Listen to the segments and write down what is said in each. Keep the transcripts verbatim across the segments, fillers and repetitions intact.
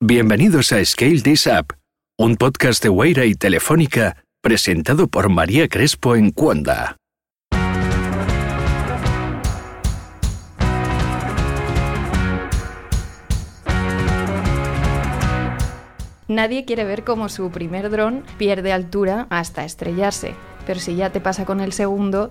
Bienvenidos a Scale This Up, un podcast de Wayra y Telefónica presentado por María Crespo en Cuonda. Nadie quiere ver cómo su primer dron pierde altura hasta estrellarse, pero si ya te pasa con el segundo,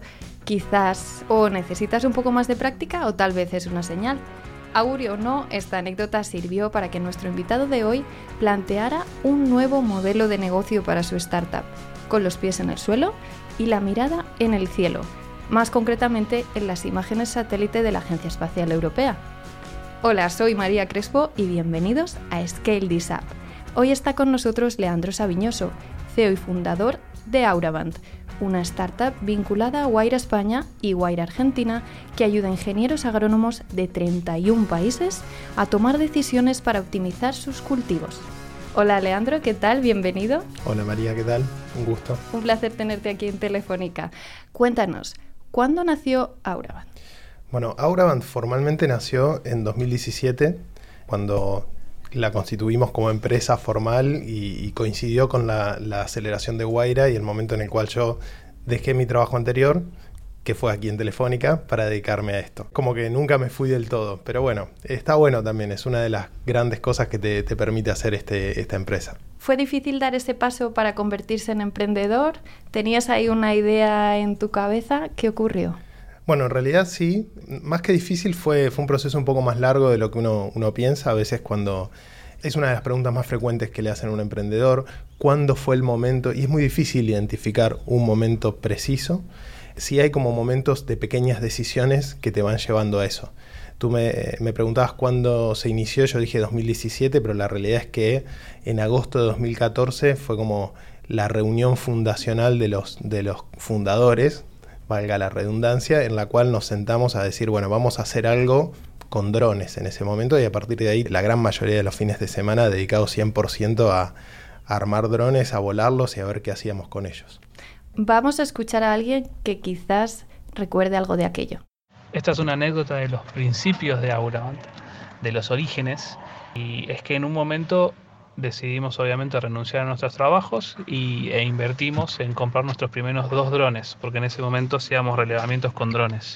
quizás o necesitas un poco más de práctica o tal vez es una señal. Augure o no, esta anécdota sirvió para que nuestro invitado de hoy planteara un nuevo modelo de negocio para su startup, con los pies en el suelo y la mirada en el cielo, más concretamente en las imágenes satélite de la Agencia Espacial Europea. Hola, soy María Crespo y bienvenidos a Scale This Up. Hoy está con nosotros Leandro Saviñoso, C E O y fundador de Auravant, una startup vinculada a Wayra España y Wayra Argentina que ayuda a ingenieros agrónomos de treinta y un países a tomar decisiones para optimizar sus cultivos. Hola Leandro, ¿qué tal? Bienvenido. Hola María, ¿qué tal? Un gusto. Un placer tenerte aquí en Telefónica. Cuéntanos, ¿cuándo nació Auravant? Bueno, Auravant formalmente nació en dos mil diecisiete, cuando la constituimos como empresa formal y, y coincidió con la, la aceleración de Wayra y el momento en el cual yo dejé mi trabajo anterior, que fue aquí en Telefónica, para dedicarme a esto. Como que nunca me fui del todo, pero bueno, está bueno también, es una de las grandes cosas que te, te permite hacer este, esta empresa. ¿Fue difícil dar ese paso para convertirse en emprendedor? ¿Tenías ahí una idea en tu cabeza? ¿Qué ocurrió? Bueno, en realidad sí, más que difícil fue, fue un proceso un poco más largo de lo que uno, uno piensa. A veces cuando, es una de las preguntas más frecuentes que le hacen a un emprendedor, ¿cuándo fue el momento? Y es muy difícil identificar un momento preciso. Sí hay como momentos de pequeñas decisiones que te van llevando a eso. Tú me, me preguntabas cuándo se inició, yo dije dos mil diecisiete, pero la realidad es que en agosto de dos mil catorce fue como la reunión fundacional de los, de los fundadores, valga la redundancia, en la cual nos sentamos a decir, bueno, vamos a hacer algo con drones en ese momento, y a partir de ahí la gran mayoría de los fines de semana dedicados cien por ciento a, a armar drones, a volarlos y a ver qué hacíamos con ellos. Vamos a escuchar a alguien que quizás recuerde algo de aquello. Esta es una anécdota de los principios de Auravant, de los orígenes, y es que en un momento decidimos obviamente renunciar a nuestros trabajos y, e invertimos en comprar nuestros primeros dos drones, porque en ese momento hacíamos relevamientos con drones.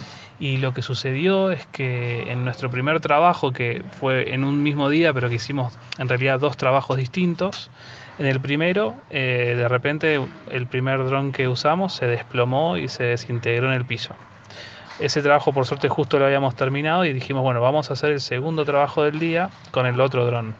Y lo que sucedió es que en nuestro primer trabajo, que fue en un mismo día, pero que hicimos en realidad dos trabajos distintos, en el primero, eh, de repente el primer dron que usamos se desplomó y se desintegró en el piso. Ese trabajo por suerte justo lo habíamos terminado y dijimos, bueno, vamos a hacer el segundo trabajo del día con el otro dron.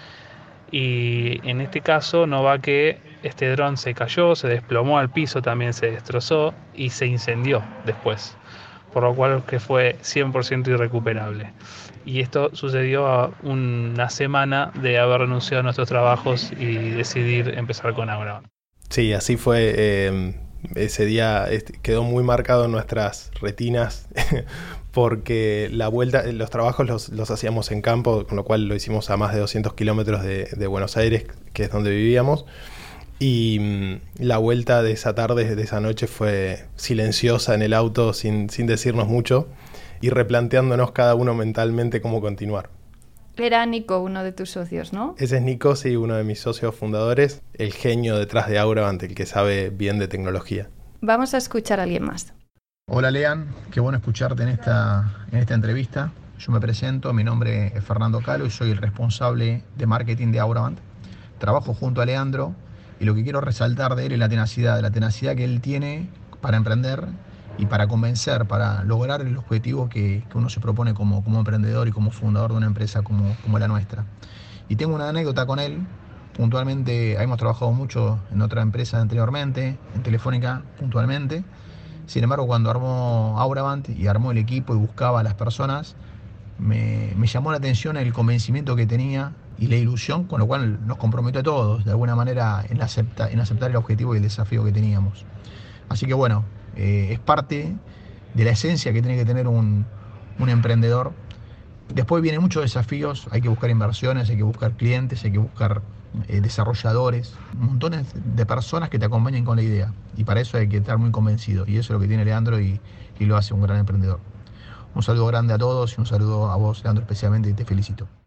Y en este caso no va que este dron se cayó, se desplomó al piso, también se destrozó y se incendió después, por lo cual que fue cien por ciento irrecuperable. Y esto sucedió a una semana de haber renunciado a nuestros trabajos y decidir empezar con Auravant. Sí, así fue. Eh, ese día quedó muy marcado en nuestras retinas porque la vuelta, los trabajos los, los hacíamos en campo, con lo cual lo hicimos a más de doscientos kilómetros de, de Buenos Aires, que es donde vivíamos. Y mmm, la vuelta de esa tarde, de esa noche, fue silenciosa en el auto, sin, sin decirnos mucho, y replanteándonos cada uno mentalmente cómo continuar. Era Nico, uno de tus socios, ¿no? Ese es Nico, sí, uno de mis socios fundadores, el genio detrás de Auravant, el que sabe bien de tecnología. Vamos a escuchar a alguien más. Hola Lean, qué bueno escucharte en esta, en esta entrevista. Yo me presento, mi nombre es Fernando Calo y soy el responsable de marketing de Auravant. Trabajo junto a Leandro y lo que quiero resaltar de él es la tenacidad, la tenacidad que él tiene para emprender y para convencer, para lograr el objetivo que, que uno se propone como, como emprendedor y como fundador de una empresa como, como la nuestra. Y tengo una anécdota con él. Puntualmente, hemos trabajado mucho en otra empresa anteriormente, en Telefónica puntualmente. Sin embargo, cuando armó Auravant y armó el equipo y buscaba a las personas, me, me llamó la atención el convencimiento que tenía y la ilusión, con lo cual nos comprometió a todos, de alguna manera, en, acepta, en aceptar el objetivo y el desafío que teníamos. Así que bueno, eh, es parte de la esencia que tiene que tener un, un emprendedor. Después vienen muchos desafíos, hay que buscar inversiones, hay que buscar clientes, hay que buscar eh, desarrolladores, montones de personas que te acompañen con la idea. Y para eso hay que estar muy convencido. Y eso es lo que tiene Leandro y, y lo hace un gran emprendedor. Un saludo grande a todos y un saludo a vos, Leandro, especialmente, y te felicito.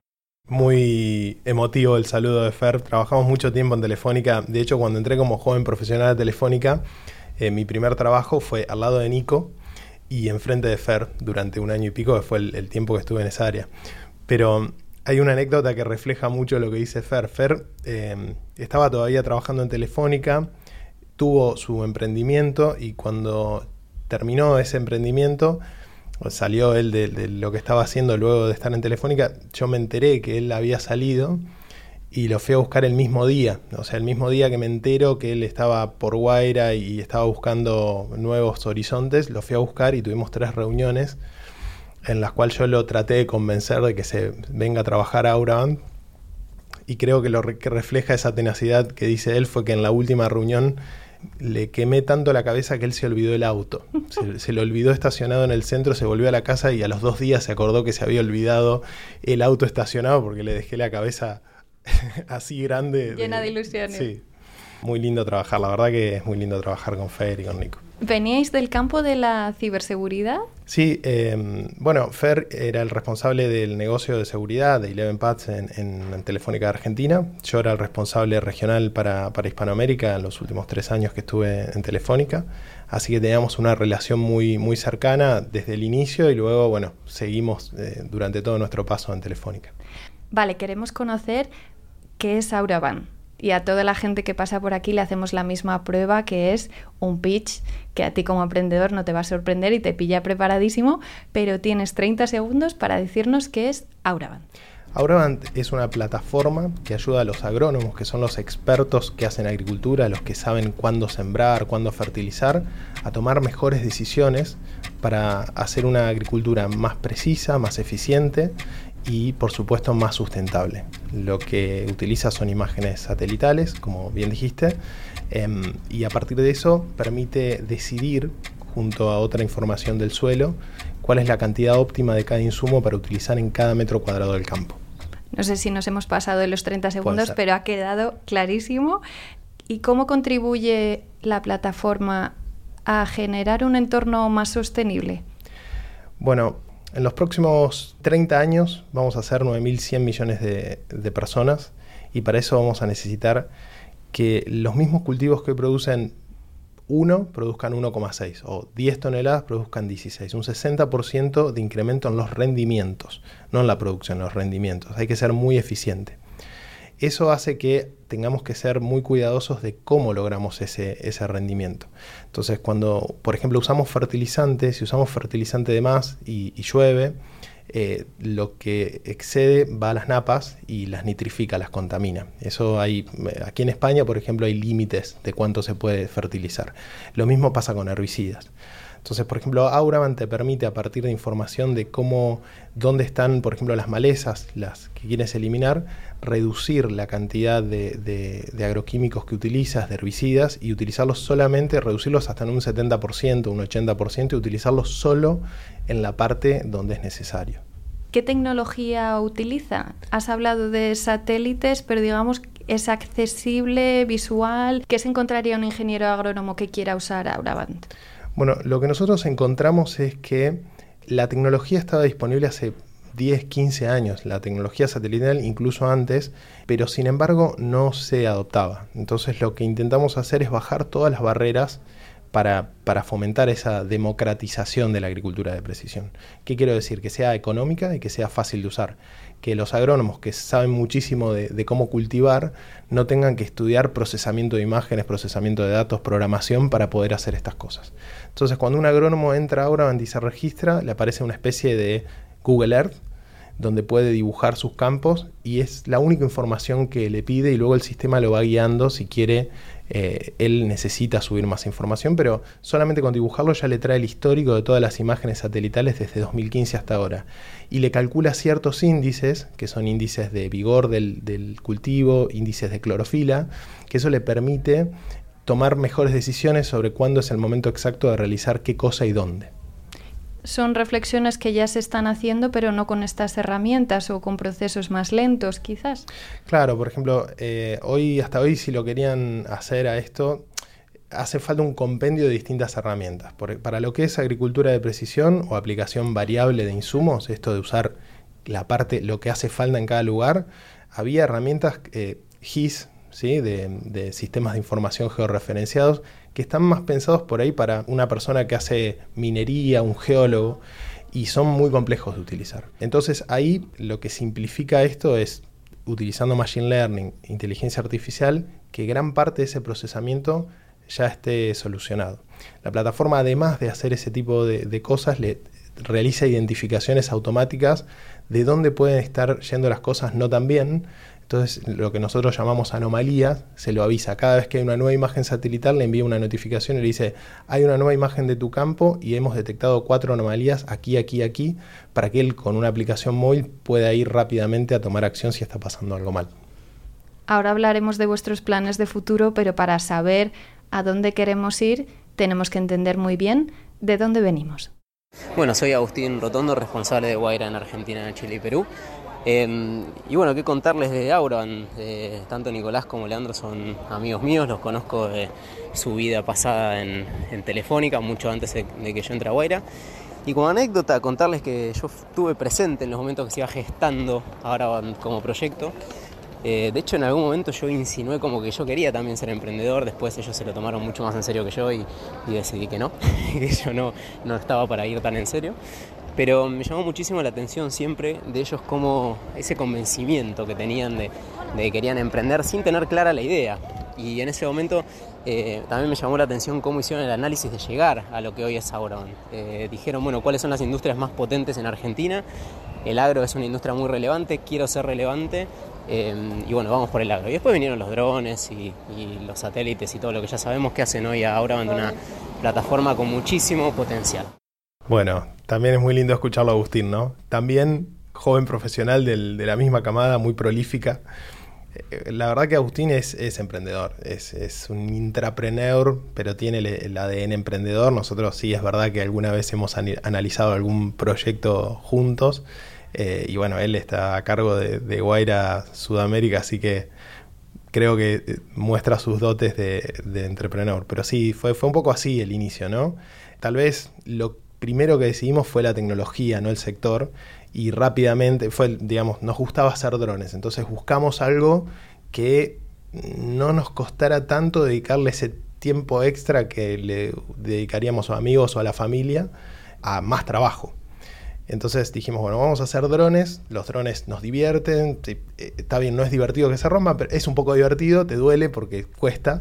Muy emotivo el saludo de Fer. Trabajamos mucho tiempo en Telefónica. De hecho, cuando entré como joven profesional de Telefónica, eh, mi primer trabajo fue al lado de Nico y enfrente de Fer durante un año y pico, que fue el, el tiempo que estuve en esa área. Pero hay una anécdota que refleja mucho lo que dice Fer. Fer eh, estaba todavía trabajando en Telefónica, tuvo su emprendimiento y cuando terminó ese emprendimiento, salió él de, de lo que estaba haciendo luego de estar en Telefónica, yo me enteré que él había salido y lo fui a buscar el mismo día. O sea, el mismo día que me entero que él estaba por Guaira y estaba buscando nuevos horizontes, lo fui a buscar y tuvimos tres reuniones en las cuales yo lo traté de convencer de que se venga a trabajar a Auravant. Y creo que lo que refleja esa tenacidad que dice él fue que en la última reunión le quemé tanto la cabeza que él se olvidó el auto. Se, se lo olvidó estacionado en el centro, se volvió a la casa y a los dos días se acordó que se había olvidado el auto estacionado porque le dejé la cabeza así grande. Llena de, de ilusiones. Sí, muy lindo trabajar. La verdad que es muy lindo trabajar con Fer y con Nico. ¿Veníais del campo de la ciberseguridad? Sí, eh, bueno, Fer era el responsable del negocio de seguridad de Eleven Paths en, en, en Telefónica de Argentina. Yo era el responsable regional para, para Hispanoamérica en los últimos tres años que estuve en Telefónica. Así que teníamos una relación muy, muy cercana desde el inicio y luego, bueno, seguimos eh, durante todo nuestro paso en Telefónica. Vale, queremos conocer qué es Auravant. Y a toda la gente que pasa por aquí le hacemos la misma prueba, que es un pitch que a ti como emprendedor no te va a sorprender y te pilla preparadísimo, pero tienes treinta segundos para decirnos qué es Auravant. Auravant es una plataforma que ayuda a los agrónomos, que son los expertos que hacen agricultura, los que saben cuándo sembrar, cuándo fertilizar, a tomar mejores decisiones para hacer una agricultura más precisa, más eficiente y por supuesto más sustentable. Lo que utiliza son imágenes satelitales, como bien dijiste, eh, y a partir de eso permite decidir, junto a otra información del suelo, cuál es la cantidad óptima de cada insumo para utilizar en cada metro cuadrado del campo. No sé si nos hemos pasado de los treinta segundos, pero ha quedado clarísimo. ¿Y cómo contribuye la plataforma a generar un entorno más sostenible? Bueno, en los próximos treinta años vamos a ser nueve mil cien millones de, de personas y para eso vamos a necesitar que los mismos cultivos que producen uno produzcan uno coma seis o diez toneladas produzcan dieciséis. Un sesenta por ciento de incremento en los rendimientos, no en la producción, en los rendimientos. Hay que ser muy eficiente. Eso hace que tengamos que ser muy cuidadosos de cómo logramos ese, ese rendimiento. Entonces, cuando, por ejemplo, usamos fertilizante, si usamos fertilizante de más y, y llueve, eh, lo que excede va a las napas y las nitrifica, las contamina. Eso hay, aquí en España, por ejemplo, hay límites de cuánto se puede fertilizar. Lo mismo pasa con herbicidas. Entonces, por ejemplo, Auravant te permite, a partir de información de cómo, dónde están, por ejemplo, las malezas, las que quieres eliminar, reducir la cantidad de, de, de agroquímicos que utilizas, de herbicidas, y utilizarlos solamente, reducirlos hasta en un setenta por ciento, un ochenta por ciento, y utilizarlos solo en la parte donde es necesario. ¿Qué tecnología utiliza? Has hablado de satélites, pero digamos, ¿es accesible, visual? ¿Qué se encontraría un ingeniero agrónomo que quiera usar Auravant? Bueno, lo que nosotros encontramos es que la tecnología estaba disponible hace diez, quince años, la tecnología satelital incluso antes, pero sin embargo no se adoptaba. Entonces lo que intentamos hacer es bajar todas las barreras para, para fomentar esa democratización de la agricultura de precisión. ¿Qué quiero decir? Que sea económica y que sea fácil de usar. Que los agrónomos que saben muchísimo de, de cómo cultivar no tengan que estudiar procesamiento de imágenes, procesamiento de datos, programación para poder hacer estas cosas. Entonces, cuando un agrónomo entra a Auravant y se registra, le aparece una especie de Google Earth, donde puede dibujar sus campos y es la única información que le pide y luego el sistema lo va guiando si quiere. Eh, él necesita subir más información, pero solamente con dibujarlo ya le trae el histórico de todas las imágenes satelitales desde dos mil quince hasta ahora y le calcula ciertos índices, que son índices de vigor del, del cultivo, índices de clorofila, que eso le permite tomar mejores decisiones sobre cuándo es el momento exacto de realizar qué cosa y dónde. Son reflexiones que ya se están haciendo, pero no con estas herramientas o con procesos más lentos, quizás. Claro, por ejemplo, eh, hoy hasta hoy si lo querían hacer a esto, hace falta un compendio de distintas herramientas. Por, para lo que es agricultura de precisión o aplicación variable de insumos, esto de usar la parte, lo que hace falta en cada lugar, había herramientas eh, G I S, ¿sí? de, de sistemas de información georreferenciados, que están más pensados por ahí para una persona que hace minería, un geólogo, y son muy complejos de utilizar. Entonces ahí lo que simplifica esto es, utilizando Machine Learning, inteligencia artificial, que gran parte de ese procesamiento ya esté solucionado. La plataforma, además de hacer ese tipo de, de cosas, le realiza identificaciones automáticas de dónde pueden estar yendo las cosas no tan bien. Entonces, lo que nosotros llamamos anomalías, se lo avisa. Cada vez que hay una nueva imagen satelital, le envía una notificación y le dice, hay una nueva imagen de tu campo y hemos detectado cuatro anomalías aquí, aquí, aquí, para que él con una aplicación móvil pueda ir rápidamente a tomar acción si está pasando algo mal. Ahora hablaremos de vuestros planes de futuro, pero para saber a dónde queremos ir, tenemos que entender muy bien de dónde venimos. Bueno, soy Agustín Rotondo, responsable de Wayra en Argentina, Chile y Perú. Eh, y bueno, qué contarles de Auraband. Eh, tanto Nicolás como Leandro son amigos míos, los conozco de su vida pasada en, en Telefónica, mucho antes de, de que yo entre a Wayra. Y como anécdota, contarles que yo estuve presente en los momentos que se iba gestando Auraband como proyecto. Eh, de hecho, en algún momento yo insinué como que yo quería también ser emprendedor. Después ellos se lo tomaron mucho más en serio que yo y, y decidí que no, que yo no, no estaba para ir tan en serio. Pero me llamó muchísimo la atención siempre de ellos como ese convencimiento que tenían de, de que querían emprender sin tener clara la idea. Y en ese momento eh, también me llamó la atención cómo hicieron el análisis de llegar a lo que hoy es Auraband. Eh, dijeron, bueno, ¿cuáles son las industrias más potentes en Argentina? El agro es una industria muy relevante, quiero ser relevante. Eh, y bueno, vamos por el agro. Y después vinieron los drones y, y los satélites y todo lo que ya sabemos que hacen hoy a Auraband, una plataforma con muchísimo potencial. Bueno, también es muy lindo escucharlo a Agustín, ¿no? También joven profesional del, de la misma camada, muy prolífica. Eh, la verdad que Agustín es, es emprendedor, es, es un intrapreneur, pero tiene el, el A D N emprendedor. Nosotros sí es verdad que alguna vez hemos an- analizado algún proyecto juntos. Eh, y bueno, él está a cargo de, de Wayra Sudamérica, así que creo que muestra sus dotes de, de entrepreneur. Pero sí, fue, fue un poco así el inicio, ¿no? Tal vez lo primero que decidimos fue la tecnología, no el sector, y rápidamente fue, digamos, nos gustaba hacer drones, entonces buscamos algo que no nos costara tanto dedicarle ese tiempo extra que le dedicaríamos a amigos o a la familia a más trabajo. Entonces dijimos, bueno, vamos a hacer drones, los drones nos divierten, está bien, no es divertido que se rompa, pero es un poco divertido, te duele porque cuesta,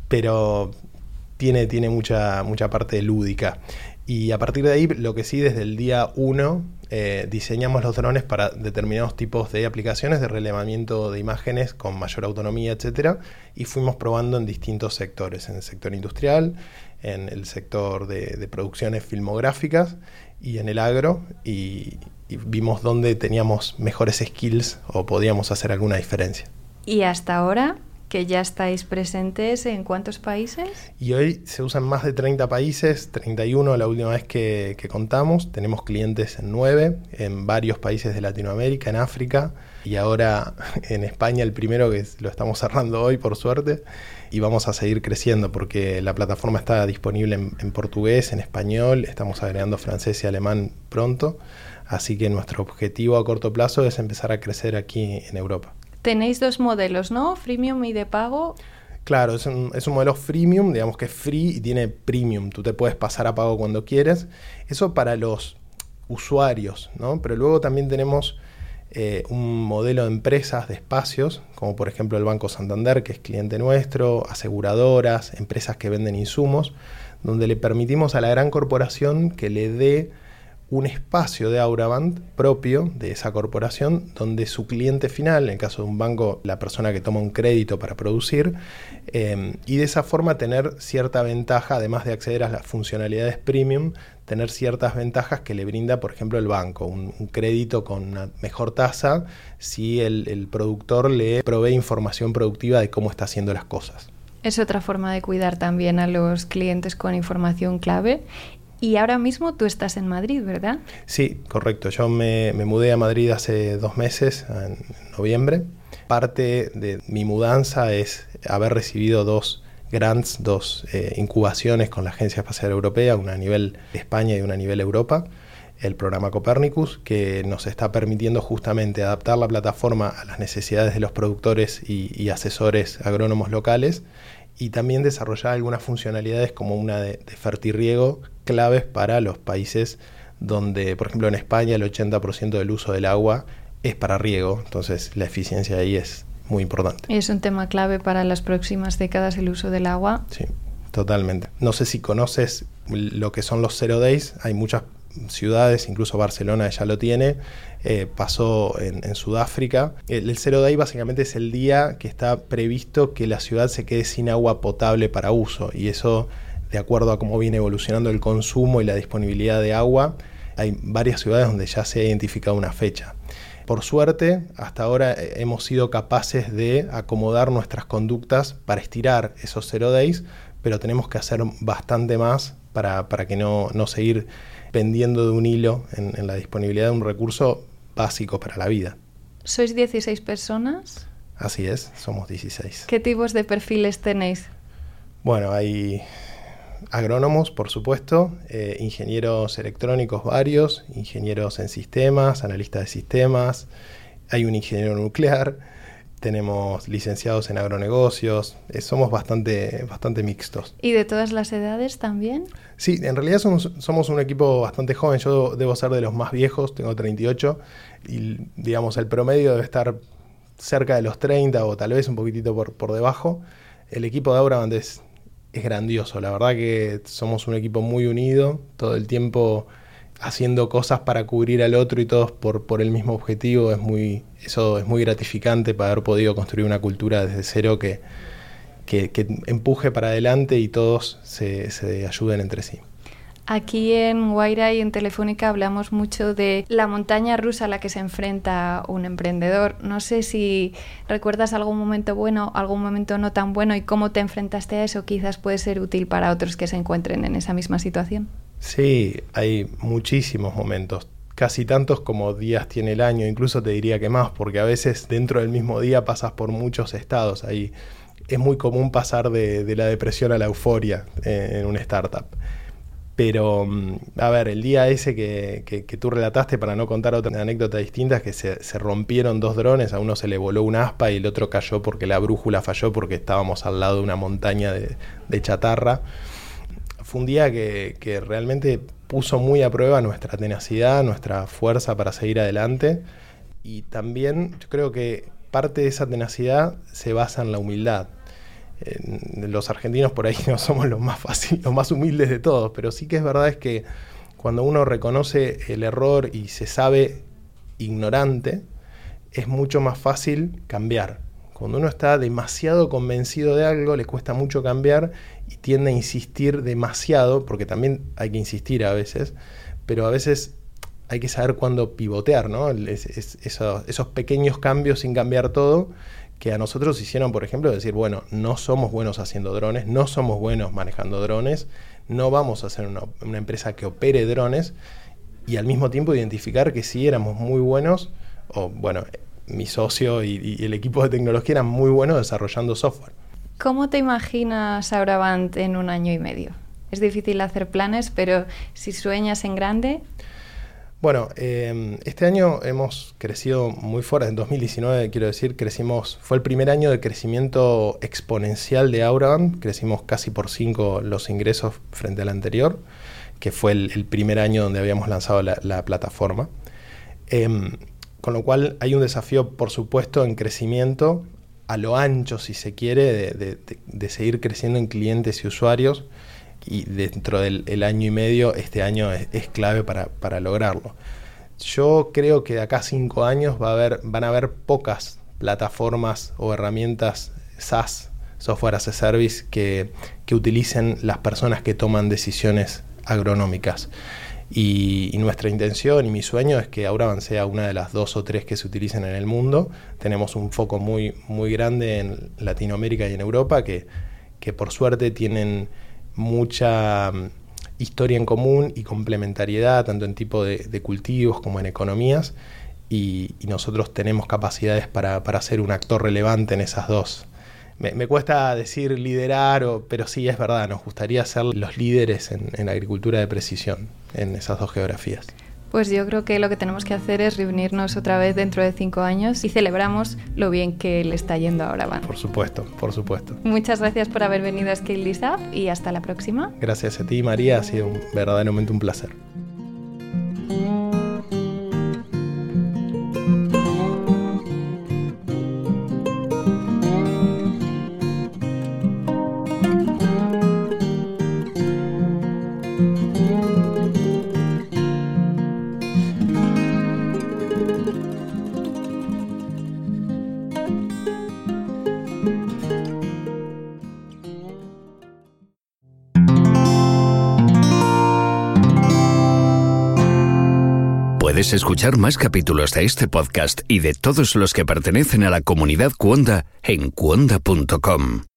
pero tiene, tiene mucha, mucha parte lúdica. Y a partir de ahí, lo que sí, desde el día uno, eh, diseñamos los drones para determinados tipos de aplicaciones de relevamiento de imágenes con mayor autonomía, etcétera, y fuimos probando en distintos sectores, en el sector industrial, en el sector de, de producciones filmográficas y en el agro, y, y vimos dónde teníamos mejores skills o podíamos hacer alguna diferencia. ¿Y hasta ahora, que ya estáis presentes en cuántos países? Y hoy se usan más de treinta países, treinta y uno la última vez que, que contamos. Tenemos clientes en nueve, en varios países de Latinoamérica, en África, y ahora en España el primero, que lo estamos cerrando hoy por suerte, y vamos a seguir creciendo porque la plataforma está disponible en, en portugués, en español, estamos agregando francés y alemán pronto, así que nuestro objetivo a corto plazo es empezar a crecer aquí en Europa. Tenéis dos modelos, ¿no? Freemium y de pago. Claro, es un, es un modelo freemium, digamos que es free y tiene premium. Tú te puedes pasar a pago cuando quieres. Eso para los usuarios, ¿no? Pero luego también tenemos eh, un modelo de empresas, de espacios, como por ejemplo el Banco Santander, que es cliente nuestro, aseguradoras, empresas que venden insumos, donde le permitimos a la gran corporación que le dé un espacio de Auraband propio de esa corporación donde su cliente final, en el caso de un banco, la persona que toma un crédito para producir, eh, y de esa forma tener cierta ventaja, además de acceder a las funcionalidades premium, tener ciertas ventajas que le brinda, por ejemplo, el banco, un, un crédito con una mejor tasa si el, el productor le provee información productiva de cómo está haciendo las cosas. Es otra forma de cuidar también a los clientes con información clave. Y ahora mismo tú estás en Madrid, ¿verdad? Sí, correcto. Yo me, me mudé a Madrid hace dos meses, en noviembre. Parte de mi mudanza es haber recibido dos grants, dos eh, incubaciones con la Agencia Espacial Europea, una a nivel España y una a nivel Europa. el programa Copernicus, que nos está permitiendo justamente adaptar la plataforma a las necesidades de los productores y, y asesores agrónomos locales, y también desarrollar algunas funcionalidades como una de, de fertirriego claves para los países donde, por ejemplo, en España el ochenta por ciento del uso del agua es para riego, entonces la eficiencia ahí es muy importante. Es un tema clave para las próximas décadas el uso del agua. Sí, totalmente. No sé si conoces lo que son los Zero Days, hay muchas ciudades, incluso Barcelona ya lo tiene, eh, pasó en, en Sudáfrica. El, el Zero Day básicamente es el día que está previsto que la ciudad se quede sin agua potable para uso, y eso, de acuerdo a cómo viene evolucionando el consumo y la disponibilidad de agua, hay varias ciudades donde ya se ha identificado una fecha. Por suerte, hasta ahora hemos sido capaces de acomodar nuestras conductas para estirar esos Zero Days, pero tenemos que hacer bastante más para, para que no, no seguir pendiendo de un hilo en, en la disponibilidad de un recurso básico para la vida. ¿Sois dieciséis personas? Así es, somos dieciséis. ¿Qué tipos de perfiles tenéis? Bueno, hay agrónomos, por supuesto, eh, ingenieros electrónicos varios, ingenieros en sistemas, analistas de sistemas, hay un ingeniero nuclear, tenemos licenciados en agronegocios, eh, somos bastante, bastante mixtos. ¿Y de todas las edades también? Sí, en realidad somos, somos un equipo bastante joven, yo debo ser de los más viejos, tengo treinta y ocho, y digamos el promedio debe estar cerca de los treinta o tal vez un poquitito por, por debajo. El equipo de Aurabant es, es grandioso, la verdad que somos un equipo muy unido, todo el tiempo haciendo cosas para cubrir al otro y todos por, por el mismo objetivo. Es muy, eso es muy gratificante para haber podido construir una cultura desde cero que, que, que empuje para adelante y todos se, se ayuden entre sí. Aquí en Wayra y en Telefónica hablamos mucho de la montaña rusa a la que se enfrenta un emprendedor. No sé si recuerdas algún momento bueno, algún momento no tan bueno y cómo te enfrentaste a eso. Quizás puede ser útil para otros que se encuentren en esa misma situación. Sí, hay muchísimos momentos, casi tantos como días tiene el año, incluso te diría que más, porque a veces dentro del mismo día pasas por muchos estados. Ahí es muy común pasar de, de la depresión a la euforia eh, en una startup. Pero, a ver, el día ese que, que, que tú relataste, para no contar otra anécdota distinta, es que se, se rompieron dos drones, a uno se le voló un aspa y el otro cayó porque la brújula falló porque estábamos al lado de una montaña de, de chatarra. Fue un día que, que realmente puso muy a prueba nuestra tenacidad, nuestra fuerza para seguir adelante, y también yo creo que parte de esa tenacidad se basa en la humildad. Eh, los argentinos por ahí no somos los más fáciles, los más humildes de todos, pero sí que es verdad es que cuando uno reconoce el error y se sabe ignorante, es mucho más fácil cambiar. Cuando uno está demasiado convencido de algo, le cuesta mucho cambiar y tiende a insistir demasiado, porque también hay que insistir a veces, pero a veces hay que saber cuándo pivotear, ¿no? Es, es, esos, esos pequeños cambios sin cambiar todo, que a nosotros hicieron, por ejemplo, decir, bueno, no somos buenos haciendo drones, no somos buenos manejando drones, no vamos a ser una, una empresa que opere drones, y al mismo tiempo identificar que sí éramos muy buenos, o bueno, mi socio y, y el equipo de tecnología eran muy buenos desarrollando software. ¿Cómo te imaginas Aurabant en un año y medio? Es difícil hacer planes, pero si sueñas en grande... Bueno, eh, este año hemos crecido muy fuerte. En dos mil diecinueve, quiero decir, crecimos, fue el primer año de crecimiento exponencial de Aurabant. Crecimos casi por cinco los ingresos frente al anterior, que fue el, el primer año donde habíamos lanzado la, la plataforma. Eh, con lo cual hay un desafío, por supuesto, en crecimiento a lo ancho, si se quiere, de, de, de, de seguir creciendo en clientes y usuarios. Y dentro del el año y medio, este año es, es clave para, para lograrlo. Yo creo que de acá a cinco años va a haber, van a haber pocas plataformas o herramientas SaaS, Software as a Service, que, que utilicen las personas que toman decisiones agronómicas. Y, y nuestra intención y mi sueño es que Aurabant sea una de las dos o tres que se utilicen en el mundo. Tenemos un foco muy, muy grande en Latinoamérica y en Europa, que, que por suerte tienen mucha um, historia en común y complementariedad, tanto en tipo de, de cultivos como en economías, y, y nosotros tenemos capacidades para, para ser un actor relevante en esas dos. Me, me cuesta decir liderar, o, pero sí es verdad, nos gustaría ser los líderes en, en agricultura de precisión en esas dos geografías. Pues yo creo que lo que tenemos que hacer es reunirnos otra vez dentro de cinco años y celebramos lo bien que le está yendo a Auravant. Por supuesto, por supuesto. Muchas gracias por haber venido a Scale This Up y hasta la próxima. Gracias a ti, María, ha sido un, verdaderamente un placer. Puedes escuchar más capítulos de este podcast y de todos los que pertenecen a la comunidad Cuonda en cuonda punto com.